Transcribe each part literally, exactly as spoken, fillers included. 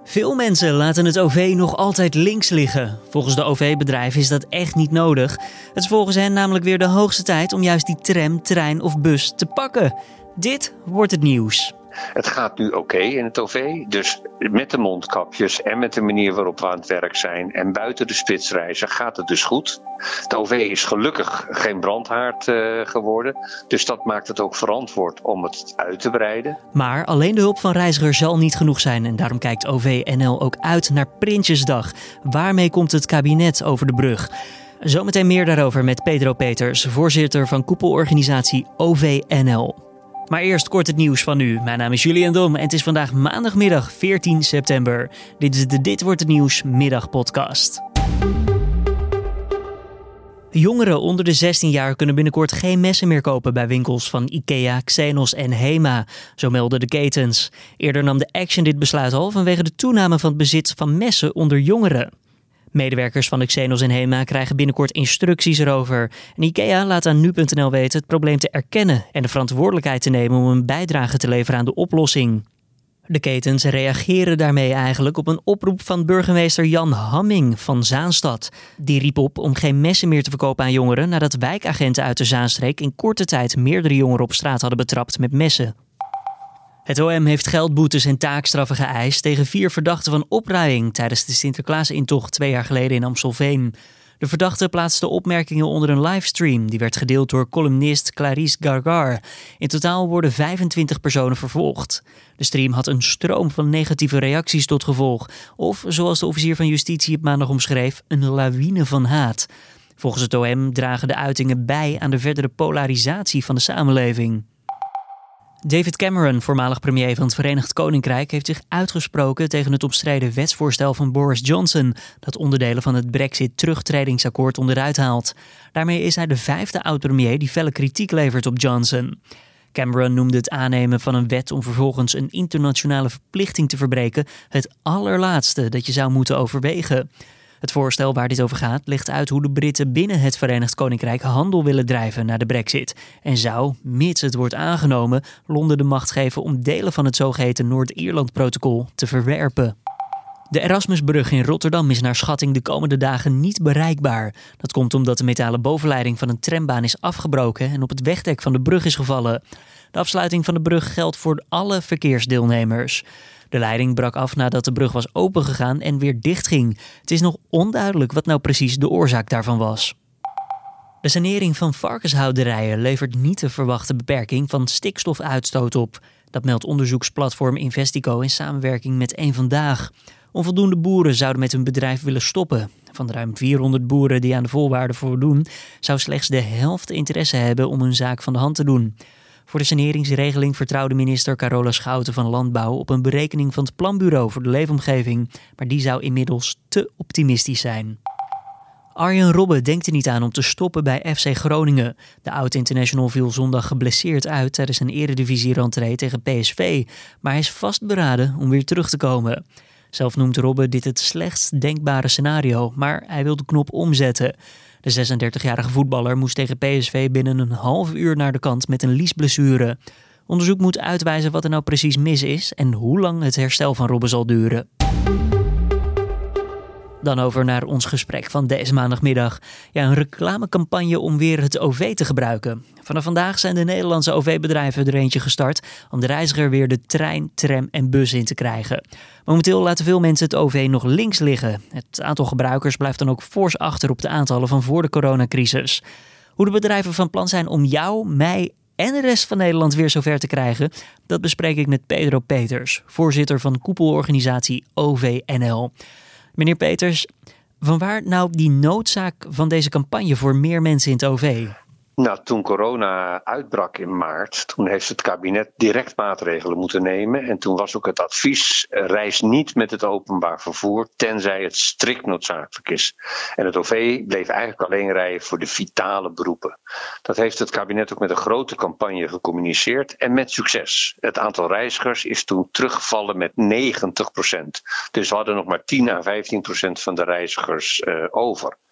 Veel mensen laten het O V nog altijd links liggen. Volgens de O V-bedrijven is dat echt niet nodig. Het is volgens hen namelijk weer de hoogste tijd om juist die tram, trein of bus te pakken. Dit wordt het nieuws. Het gaat nu oké in het O V, dus met de mondkapjes en met de manier waarop we aan het werk zijn en buiten de spitsreizen gaat het dus goed. De O V is gelukkig geen brandhaard uh, geworden, dus dat maakt het ook verantwoord om het uit te breiden. Maar alleen de hulp van reizigers zal niet genoeg zijn en daarom kijkt O V N L ook uit naar Prinsjesdag. Waarmee komt het kabinet over de brug? Zometeen meer daarover met Pedro Peters, voorzitter van koepelorganisatie O V N L. Maar eerst kort het nieuws van nu. Mijn naam is Julian Dom en het is vandaag maandagmiddag veertien september. Dit is de Dit Wordt Het Nieuws middagpodcast. Jongeren onder de zestien jaar kunnen binnenkort geen messen meer kopen bij winkels van IKEA, Xenos en Hema. Zo melden de ketens. Eerder nam de Action dit besluit al vanwege de toename van het bezit van messen onder jongeren. Medewerkers van de Xenos en Hema krijgen binnenkort instructies erover. En IKEA laat aan nu punt n l weten het probleem te erkennen en de verantwoordelijkheid te nemen om een bijdrage te leveren aan de oplossing. De ketens reageren daarmee eigenlijk op een oproep van burgemeester Jan Hamming van Zaanstad. Die riep op om geen messen meer te verkopen aan jongeren nadat wijkagenten uit de Zaanstreek in korte tijd meerdere jongeren op straat hadden betrapt met messen. Het O M heeft geldboetes en taakstraffen geëist tegen vier verdachten van opruiing tijdens de Sinterklaasintocht twee jaar geleden in Amstelveen. De verdachten plaatsten opmerkingen onder een livestream die werd gedeeld door columnist Clarice Gargar. In totaal worden vijfentwintig personen vervolgd. De stream had een stroom van negatieve reacties tot gevolg. Of, zoals de officier van justitie het maandag omschreef, een lawine van haat. Volgens het O M dragen de uitingen bij aan de verdere polarisatie van de samenleving. David Cameron, voormalig premier van het Verenigd Koninkrijk, heeft zich uitgesproken tegen het omstreden wetsvoorstel van Boris Johnson dat onderdelen van het Brexit-terugtredingsakkoord onderuit haalt. Daarmee is hij de vijfde oud-premier die felle kritiek levert op Johnson. Cameron noemde het aannemen van een wet om vervolgens een internationale verplichting te verbreken het allerlaatste dat je zou moeten overwegen. Het voorstel waar dit over gaat legt uit hoe de Britten binnen het Verenigd Koninkrijk handel willen drijven naar de Brexit. En zou, mits het wordt aangenomen, Londen de macht geven om delen van het zogeheten Noord-Ierland-protocol te verwerpen. De Erasmusbrug in Rotterdam is naar schatting de komende dagen niet bereikbaar. Dat komt omdat de metalen bovenleiding van een trambaan is afgebroken en op het wegdek van de brug is gevallen. De afsluiting van de brug geldt voor alle verkeersdeelnemers. De leiding brak af nadat de brug was opengegaan en weer dichtging. Het is nog onduidelijk wat nou precies de oorzaak daarvan was. De sanering van varkenshouderijen levert niet de verwachte beperking van stikstofuitstoot op. Dat meldt onderzoeksplatform Investico in samenwerking met Eén Vandaag. Onvoldoende boeren zouden met hun bedrijf willen stoppen. Van de ruim vierhonderd boeren die aan de voorwaarden voldoen, zou slechts de helft interesse hebben om hun zaak van de hand te doen. Voor de saneringsregeling vertrouwde minister Carola Schouten van Landbouw op een berekening van het Planbureau voor de Leefomgeving, maar die zou inmiddels te optimistisch zijn. Arjen Robben denkt er niet aan om te stoppen bij F C Groningen. De oud-international viel zondag geblesseerd uit tijdens een eredivisie-rentree tegen P S V, maar hij is vastberaden om weer terug te komen. Zelf noemt Robben dit het slechtst denkbare scenario, maar hij wil de knop omzetten. De zesendertigjarige voetballer moest tegen P S V binnen een half uur naar de kant met een liesblessure. Onderzoek moet uitwijzen wat er nou precies mis is en hoe lang het herstel van Robben zal duren. Dan over naar ons gesprek van deze maandagmiddag. Ja, een reclamecampagne om weer het O V te gebruiken. Vanaf vandaag zijn de Nederlandse O V-bedrijven er eentje gestart om de reiziger weer de trein, tram en bus in te krijgen. Momenteel laten veel mensen het O V nog links liggen. Het aantal gebruikers blijft dan ook fors achter op de aantallen van voor de coronacrisis. Hoe de bedrijven van plan zijn om jou, mij en de rest van Nederland weer zover te krijgen, dat bespreek ik met Pedro Peters, voorzitter van koepelorganisatie O V N L. Meneer Peters, vanwaar nou die noodzaak van deze campagne voor meer mensen in het O V? Nou, toen corona uitbrak in maart, toen heeft het kabinet direct maatregelen moeten nemen. En toen was ook het advies, reis niet met het openbaar vervoer, tenzij het strikt noodzakelijk is. En het O V bleef eigenlijk alleen rijden voor de vitale beroepen. Dat heeft het kabinet ook met een grote campagne gecommuniceerd en met succes. Het aantal reizigers is toen teruggevallen met negentig procent. Dus we hadden nog maar tien à vijftien procent van de reizigers uh, over.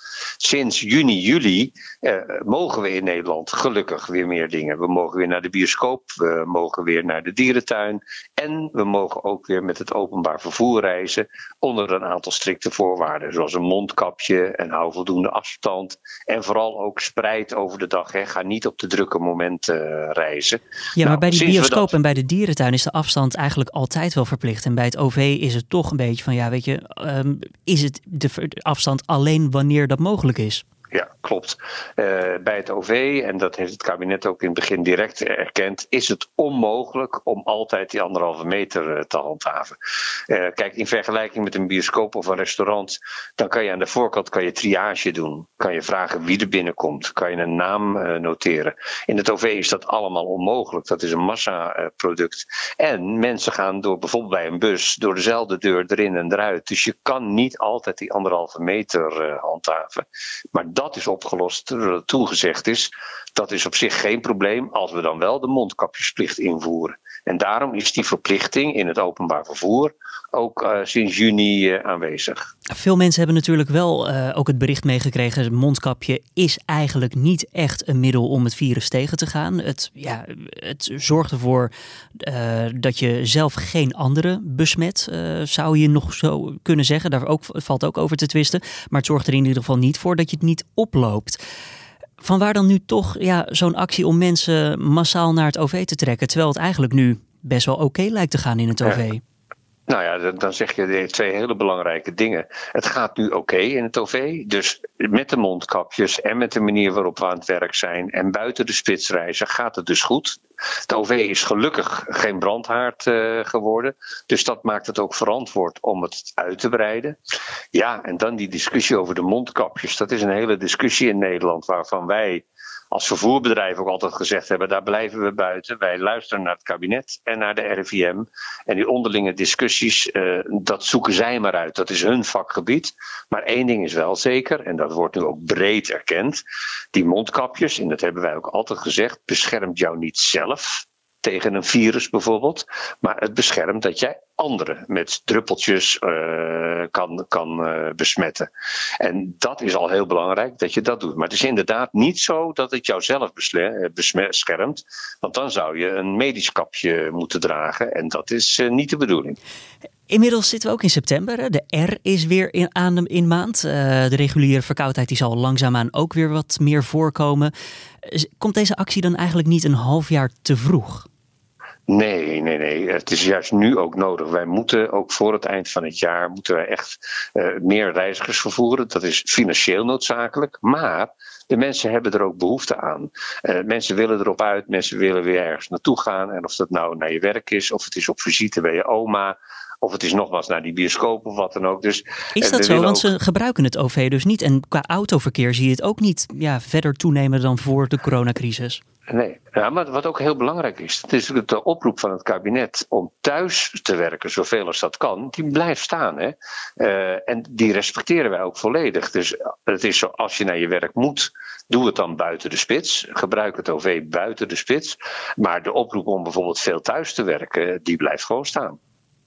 Sinds juni, juli uh, mogen we in Nederland gelukkig weer meer dingen. We mogen weer naar de bioscoop, we mogen weer naar de dierentuin. En we mogen ook weer met het openbaar vervoer reizen onder een aantal strikte voorwaarden. Zoals een mondkapje en hou voldoende afstand. En vooral ook spreid over de dag. Hè. Ga niet op de drukke momenten uh, reizen. Ja, maar nou, bij de bioscoop dat... en bij de dierentuin is de afstand eigenlijk altijd wel verplicht. En bij het O V is het toch een beetje van, ja, weet je, um, is het de afstand alleen wanneer dat mogelijk is? Ja, klopt. Uh, bij het O V, en dat heeft het kabinet ook in het begin direct erkend, is het onmogelijk om altijd die anderhalve meter uh, te handhaven. Uh, kijk, in vergelijking met een bioscoop of een restaurant, dan kan je aan de voorkant kan je triage doen. Kan je vragen wie er binnenkomt. Kan je een naam uh, noteren. In het O V is dat allemaal onmogelijk. Dat is een massaproduct. Uh, en mensen gaan door bijvoorbeeld bij een bus door dezelfde deur erin en eruit. Dus je kan niet altijd die anderhalve meter uh, handhaven. Maar dat is opgelost doordat het toegezegd is. Dat is op zich geen probleem als we dan wel de mondkapjesplicht invoeren. En daarom is die verplichting in het openbaar vervoer ook uh, sinds juni uh, aanwezig. Veel mensen hebben natuurlijk wel uh, ook het bericht meegekregen. Het mondkapje is eigenlijk niet echt een middel om het virus tegen te gaan. Het, ja, het zorgt ervoor uh, dat je zelf geen anderen besmet. Uh, zou je nog zo kunnen zeggen. Daar ook, valt ook over te twisten. Maar het zorgt er in ieder geval niet voor dat je het niet oploopt. Vanwaar dan nu toch ja, zo'n actie om mensen massaal naar het O V te trekken, terwijl het eigenlijk nu best wel oké okay lijkt te gaan in het O V? Ja. Nou ja, dan zeg je twee hele belangrijke dingen. Het gaat nu oké okay in het O V. Dus met de mondkapjes en met de manier waarop we aan het werk zijn en buiten de spitsreizen gaat het dus goed. Het O V is gelukkig geen brandhaard uh, geworden. Dus dat maakt het ook verantwoord om het uit te breiden. Ja, en dan die discussie over de mondkapjes. Dat is een hele discussie in Nederland waarvan wij als vervoerbedrijf ook altijd gezegd hebben, daar blijven we buiten. Wij luisteren naar het kabinet en naar de R I V M. En die onderlinge discussies, uh, dat zoeken zij maar uit. Dat is hun vakgebied. Maar één ding is wel zeker, en dat wordt nu ook breed erkend. Die mondkapjes, en dat hebben wij ook altijd gezegd, beschermt jou niet zelf tegen een virus bijvoorbeeld. Maar het beschermt dat jij anderen met druppeltjes uh, kan, kan uh, besmetten. En dat is al heel belangrijk dat je dat doet. Maar het is inderdaad niet zo dat het jou zelf beschermt. Want dan zou je een medisch kapje moeten dragen. En dat is uh, niet de bedoeling. Inmiddels zitten we ook in september. De R is weer in, aan de in maand. Uh, de reguliere verkoudheid die zal langzaamaan ook weer wat meer voorkomen. Komt deze actie dan eigenlijk niet een half jaar te vroeg? Nee, nee, nee. Het is juist nu ook nodig. Wij moeten ook voor het eind van het jaar moeten wij echt uh, meer reizigers vervoeren. Dat is financieel noodzakelijk. Maar de mensen hebben er ook behoefte aan. Uh, mensen willen erop uit. Mensen willen weer ergens naartoe gaan. En of dat nou naar je werk is, of het is op visite bij je oma, of het is nogmaals naar die bioscoop of wat dan ook. Dus, is dat zo? Want ook ze gebruiken het O V dus niet. En qua autoverkeer zie je het ook niet ja, verder toenemen dan voor de coronacrisis. Nee, ja, maar wat ook heel belangrijk is, het is de oproep van het kabinet om thuis te werken zoveel als dat kan, die blijft staan. Hè? Uh, en die respecteren wij ook volledig. Dus het is zo, als je naar je werk moet, doe het dan buiten de spits. Gebruik het O V buiten de spits. Maar de oproep om bijvoorbeeld veel thuis te werken, die blijft gewoon staan.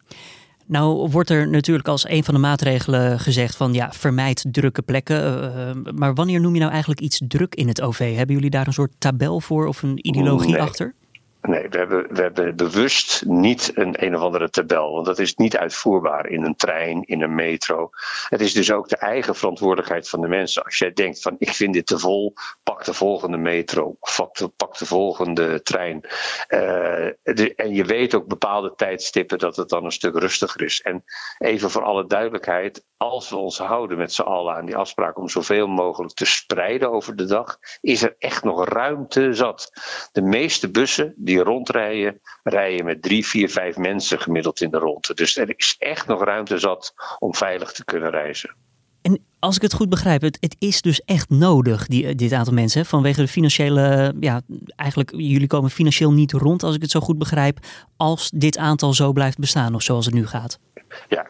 Nou wordt er natuurlijk als een van de maatregelen gezegd van ja, vermijd drukke plekken. Uh, maar wanneer noem je nou eigenlijk iets druk in het O V? Hebben jullie daar een soort tabel voor of een ideologie nee. achter? Nee, we hebben, we hebben bewust niet een een of andere tabel. Want dat is niet uitvoerbaar in een trein, in een metro. Het is dus ook de eigen verantwoordelijkheid van de mensen. Als jij denkt van ik vind dit te vol, pak de volgende metro. Pak de, pak de volgende trein. Uh, de, en je weet ook bepaalde tijdstippen dat het dan een stuk rustiger is. En even voor alle duidelijkheid, als we ons houden met z'n allen aan die afspraak om zoveel mogelijk te spreiden over de dag, is er echt nog ruimte zat. De meeste bussen die rondrijden, rijden met drie, vier, vijf mensen gemiddeld in de ronde. Dus er is echt nog ruimte zat om veilig te kunnen reizen. En als ik het goed begrijp, het, het is dus echt nodig, die, dit aantal mensen, vanwege de financiële, ja, eigenlijk, jullie komen financieel niet rond, als ik het zo goed begrijp, als dit aantal zo blijft bestaan of zoals het nu gaat. Ja,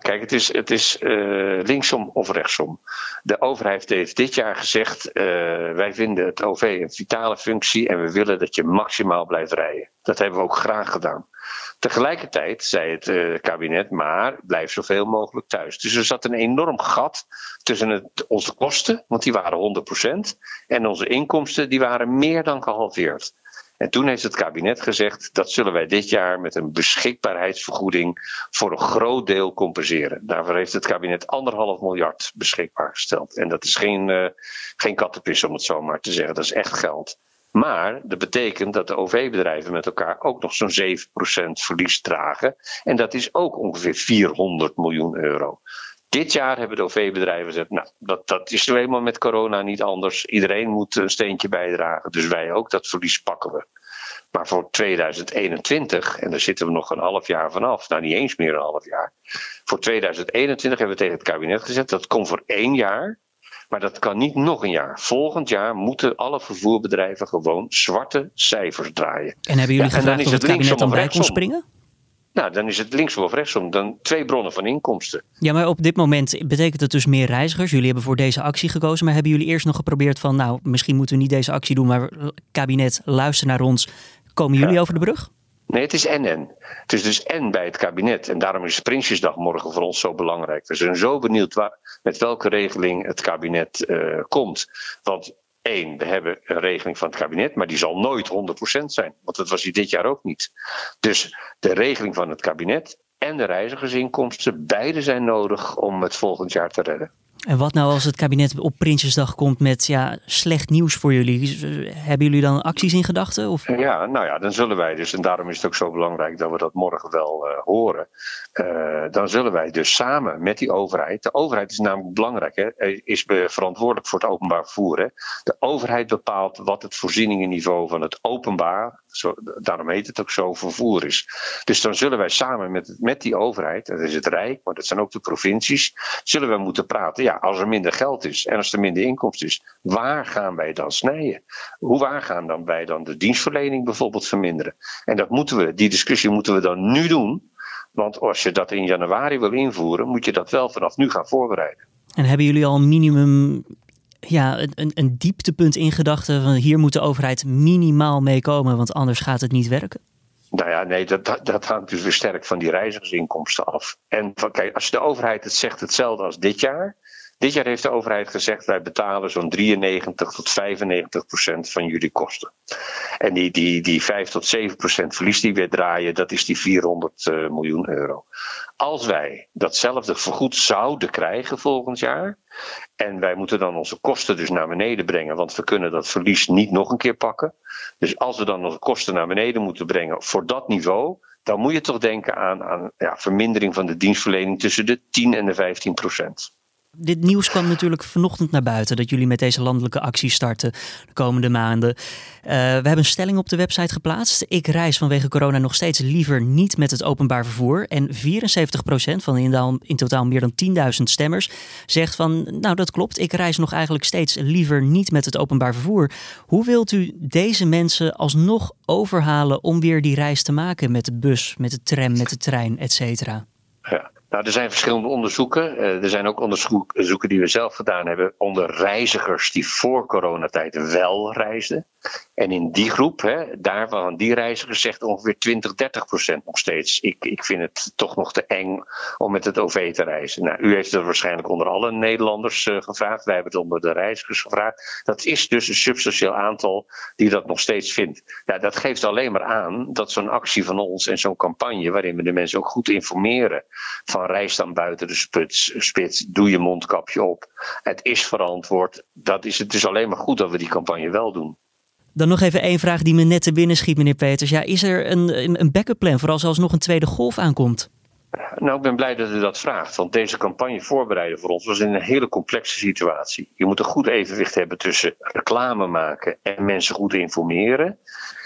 Kijk, het is, het is uh, linksom of rechtsom. De overheid heeft dit jaar gezegd, uh, wij vinden het O V een vitale functie en we willen dat je maximaal blijft rijden. Dat hebben we ook graag gedaan. Tegelijkertijd zei het uh, kabinet, maar blijf zoveel mogelijk thuis. Dus er zat een enorm gat tussen het, onze kosten, want die waren honderd procent, en onze inkomsten, die waren meer dan gehalveerd. En toen heeft het kabinet gezegd, dat zullen wij dit jaar met een beschikbaarheidsvergoeding voor een groot deel compenseren. Daarvoor heeft het kabinet anderhalf miljard beschikbaar gesteld. En dat is geen, uh, geen kattenpis om het zo maar te zeggen, dat is echt geld. Maar dat betekent dat de O V-bedrijven met elkaar ook nog zo'n zeven procent verlies dragen. En dat is ook ongeveer vierhonderd miljoen euro. Dit jaar hebben de O V-bedrijven gezegd, nou, dat, dat is nou eenmaal met corona niet anders. Iedereen moet een steentje bijdragen, dus wij ook, dat verlies pakken we. Maar voor tweeduizend eenentwintig, en daar zitten we nog een half jaar vanaf, nou niet eens meer een half jaar. Voor tweeduizend eenentwintig hebben we tegen het kabinet gezegd, dat komt voor één jaar. Maar dat kan niet nog een jaar. Volgend jaar moeten alle vervoerbedrijven gewoon zwarte cijfers draaien. En hebben jullie ja, gevraagd of het, het kabinet dan bij kon springen? Nou, dan is het linksom of rechtsom. Dan twee bronnen van inkomsten. Ja, maar op dit moment betekent het dus meer reizigers. Jullie hebben voor deze actie gekozen. Maar hebben jullie eerst nog geprobeerd van, nou, misschien moeten we niet deze actie doen, maar kabinet, luister naar ons. Komen jullie ja. over de brug? Nee, het is en-en. Het is dus en bij het kabinet. En daarom is Prinsjesdag morgen voor ons zo belangrijk. We zijn zo benieuwd waar, met welke regeling het kabinet uh, komt. Want één, we hebben een regeling van het kabinet, maar die zal nooit honderd procent zijn. Want dat was die dit jaar ook niet. Dus de regeling van het kabinet en de reizigersinkomsten, beide zijn nodig om het volgend jaar te redden. En wat nou als het kabinet op Prinsjesdag komt met ja, slecht nieuws voor jullie? Hebben jullie dan acties in gedachten? Of? Ja, nou ja, dan zullen wij dus, en daarom is het ook zo belangrijk dat we dat morgen wel uh, horen. Uh, dan zullen wij dus samen met die overheid, de overheid is namelijk belangrijk, hè, is verantwoordelijk voor het openbaar vervoer. Hè. De overheid bepaalt wat het voorzieningenniveau van het openbaar, zo, daarom heet het ook zo, vervoer is. Dus dan zullen wij samen met, met die overheid, dat is het Rijk, maar dat zijn ook de provincies, zullen we moeten praten. Ja, als er minder geld is en als er minder inkomsten is, waar gaan wij dan snijden? Hoe waar gaan dan wij dan de dienstverlening bijvoorbeeld verminderen? En dat moeten we, die discussie moeten we dan nu doen. Want als je dat in januari wil invoeren, moet je dat wel vanaf nu gaan voorbereiden. En hebben jullie al een minimum, ja, een, een dieptepunt in gedachten van hier moet de overheid minimaal mee komen, want anders gaat het niet werken? Nou ja, nee, dat, dat, dat hangt dus weer sterk van die reizigersinkomsten af. En van, kijk, als de overheid het zegt hetzelfde als dit jaar. Dit jaar heeft de overheid gezegd, wij betalen zo'n drieënnegentig tot vijfennegentig procent van jullie kosten. En die, die, die vijf tot zeven procent verlies die we draaien, dat is die vierhonderd uh, miljoen euro. Als wij datzelfde vergoed zouden krijgen volgend jaar, en wij moeten dan onze kosten dus naar beneden brengen, want we kunnen dat verlies niet nog een keer pakken. Dus als we dan onze kosten naar beneden moeten brengen voor dat niveau, dan moet je toch denken aan, aan ja, vermindering van de dienstverlening tussen de tien en de vijftien procent. Dit nieuws kwam natuurlijk vanochtend naar buiten, dat jullie met deze landelijke actie starten de komende maanden. Uh, we hebben een stelling op de website geplaatst. Ik reis vanwege corona nog steeds liever niet met het openbaar vervoer. En vierenzeventig procent van in, in totaal meer dan tienduizend stemmers zegt van, nou dat klopt, ik reis nog eigenlijk steeds liever niet met het openbaar vervoer. Hoe wilt u deze mensen alsnog overhalen om weer die reis te maken met de bus, met de tram, met de trein, et cetera? Ja. Nou, er zijn verschillende onderzoeken. Uh, er zijn ook onderzoeken die we zelf gedaan hebben onder reizigers die voor coronatijd wel reisden. En in die groep, hè, daarvan die reizigers zegt ongeveer twintig, dertig procent nog steeds. Ik, ik vind het toch nog te eng om met het O V te reizen. Nou, u heeft het waarschijnlijk onder alle Nederlanders uh, gevraagd. Wij hebben het onder de reizigers gevraagd. Dat is dus een substantieel aantal die dat nog steeds vindt. Ja, dat geeft alleen maar aan dat zo'n actie van ons en zo'n campagne, waarin we de mensen ook goed informeren, van reis dan buiten de spits, spits, doe je mondkapje op. Het is verantwoord. Dat is, het is alleen maar goed dat we die campagne wel doen. Dan nog even één vraag die me net te binnen schiet, meneer Peters. Ja, is er een, een backup plan voor als er alsnog een tweede golf aankomt? Nou, ik ben blij dat u dat vraagt. Want deze campagne voorbereiden voor ons was in een hele complexe situatie. Je moet een goed evenwicht hebben tussen reclame maken en mensen goed informeren.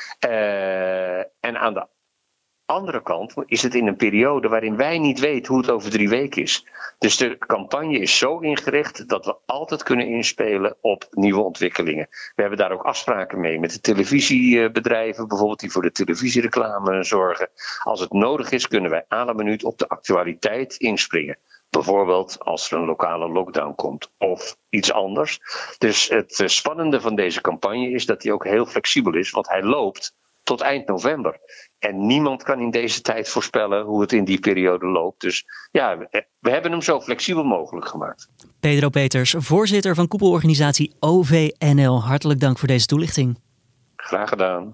Uh, en aan de andere kant is het in een periode waarin wij niet weten hoe het over drie weken is. Dus de campagne is zo ingericht dat we altijd kunnen inspelen op nieuwe ontwikkelingen. We hebben daar ook afspraken mee met de televisiebedrijven, bijvoorbeeld die voor de televisiereclame zorgen. Als het nodig is, kunnen wij aan de minuut op de actualiteit inspringen. Bijvoorbeeld als er een lokale lockdown komt of iets anders. Dus het spannende van deze campagne is dat hij ook heel flexibel is, want hij loopt tot eind november. En niemand kan in deze tijd voorspellen hoe het in die periode loopt. Dus ja, we hebben hem zo flexibel mogelijk gemaakt. Pedro Peters, voorzitter van koepelorganisatie O V N L. Hartelijk dank voor deze toelichting. Graag gedaan.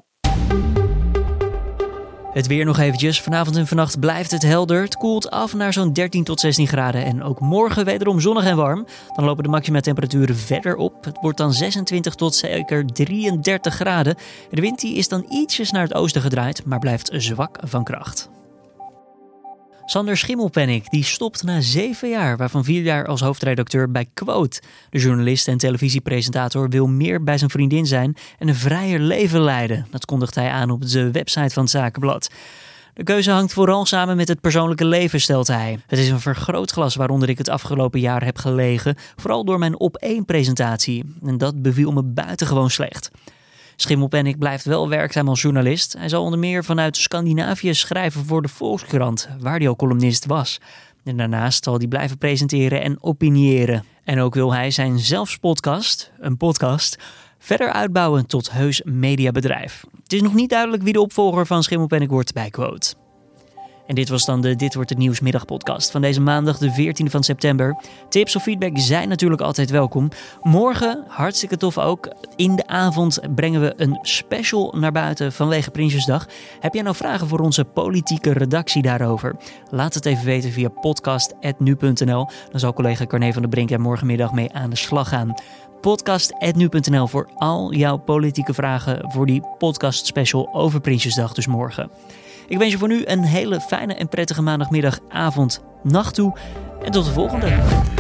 Het weer nog eventjes. Vanavond en vannacht blijft het helder. Het koelt af naar zo'n dertien tot zestien graden. En ook morgen wederom zonnig en warm. Dan lopen de maxima-temperaturen verder op. Het wordt dan zesentwintig tot zeker drieëndertig graden. De wind die is dan ietsjes naar het oosten gedraaid, maar blijft zwak van kracht. Sander Schimmelpenninck die stopt na zeven jaar, waarvan vier jaar als hoofdredacteur bij Quote. De journalist en televisiepresentator wil meer bij zijn vriendin zijn en een vrijer leven leiden. Dat kondigt hij aan op de website van het Zakenblad. De keuze hangt vooral samen met het persoonlijke leven, stelt hij. Het is een vergrootglas waaronder ik het afgelopen jaar heb gelegen, vooral door mijn op één presentatie. En dat beviel me buitengewoon slecht. Schimmelpenninck blijft wel werkzaam als journalist. Hij zal onder meer vanuit Scandinavië schrijven voor de Volkskrant, waar hij al columnist was. En daarnaast zal hij blijven presenteren en opiniëren. En ook wil hij zijn zelfspodcast, een podcast, verder uitbouwen tot heus mediabedrijf. Het is nog niet duidelijk wie de opvolger van Schimmelpenninck wordt bij Quote. En dit was dan de Dit Wordt Het Nieuws middagpodcast van deze maandag de veertiende van september. Tips of feedback zijn natuurlijk altijd welkom. Morgen, hartstikke tof ook, in de avond brengen we een special naar buiten vanwege Prinsjesdag. Heb jij nou vragen voor onze politieke redactie daarover? Laat het even weten via podcast punt nu punt n l. Dan zal collega Carne van der Brink er morgenmiddag mee aan de slag gaan. podcast punt nu punt n l voor al jouw politieke vragen voor die podcast special over Prinsjesdag, dus morgen. Ik wens je voor nu een hele fijne en prettige maandagmiddag, avond, nacht toe en tot de volgende.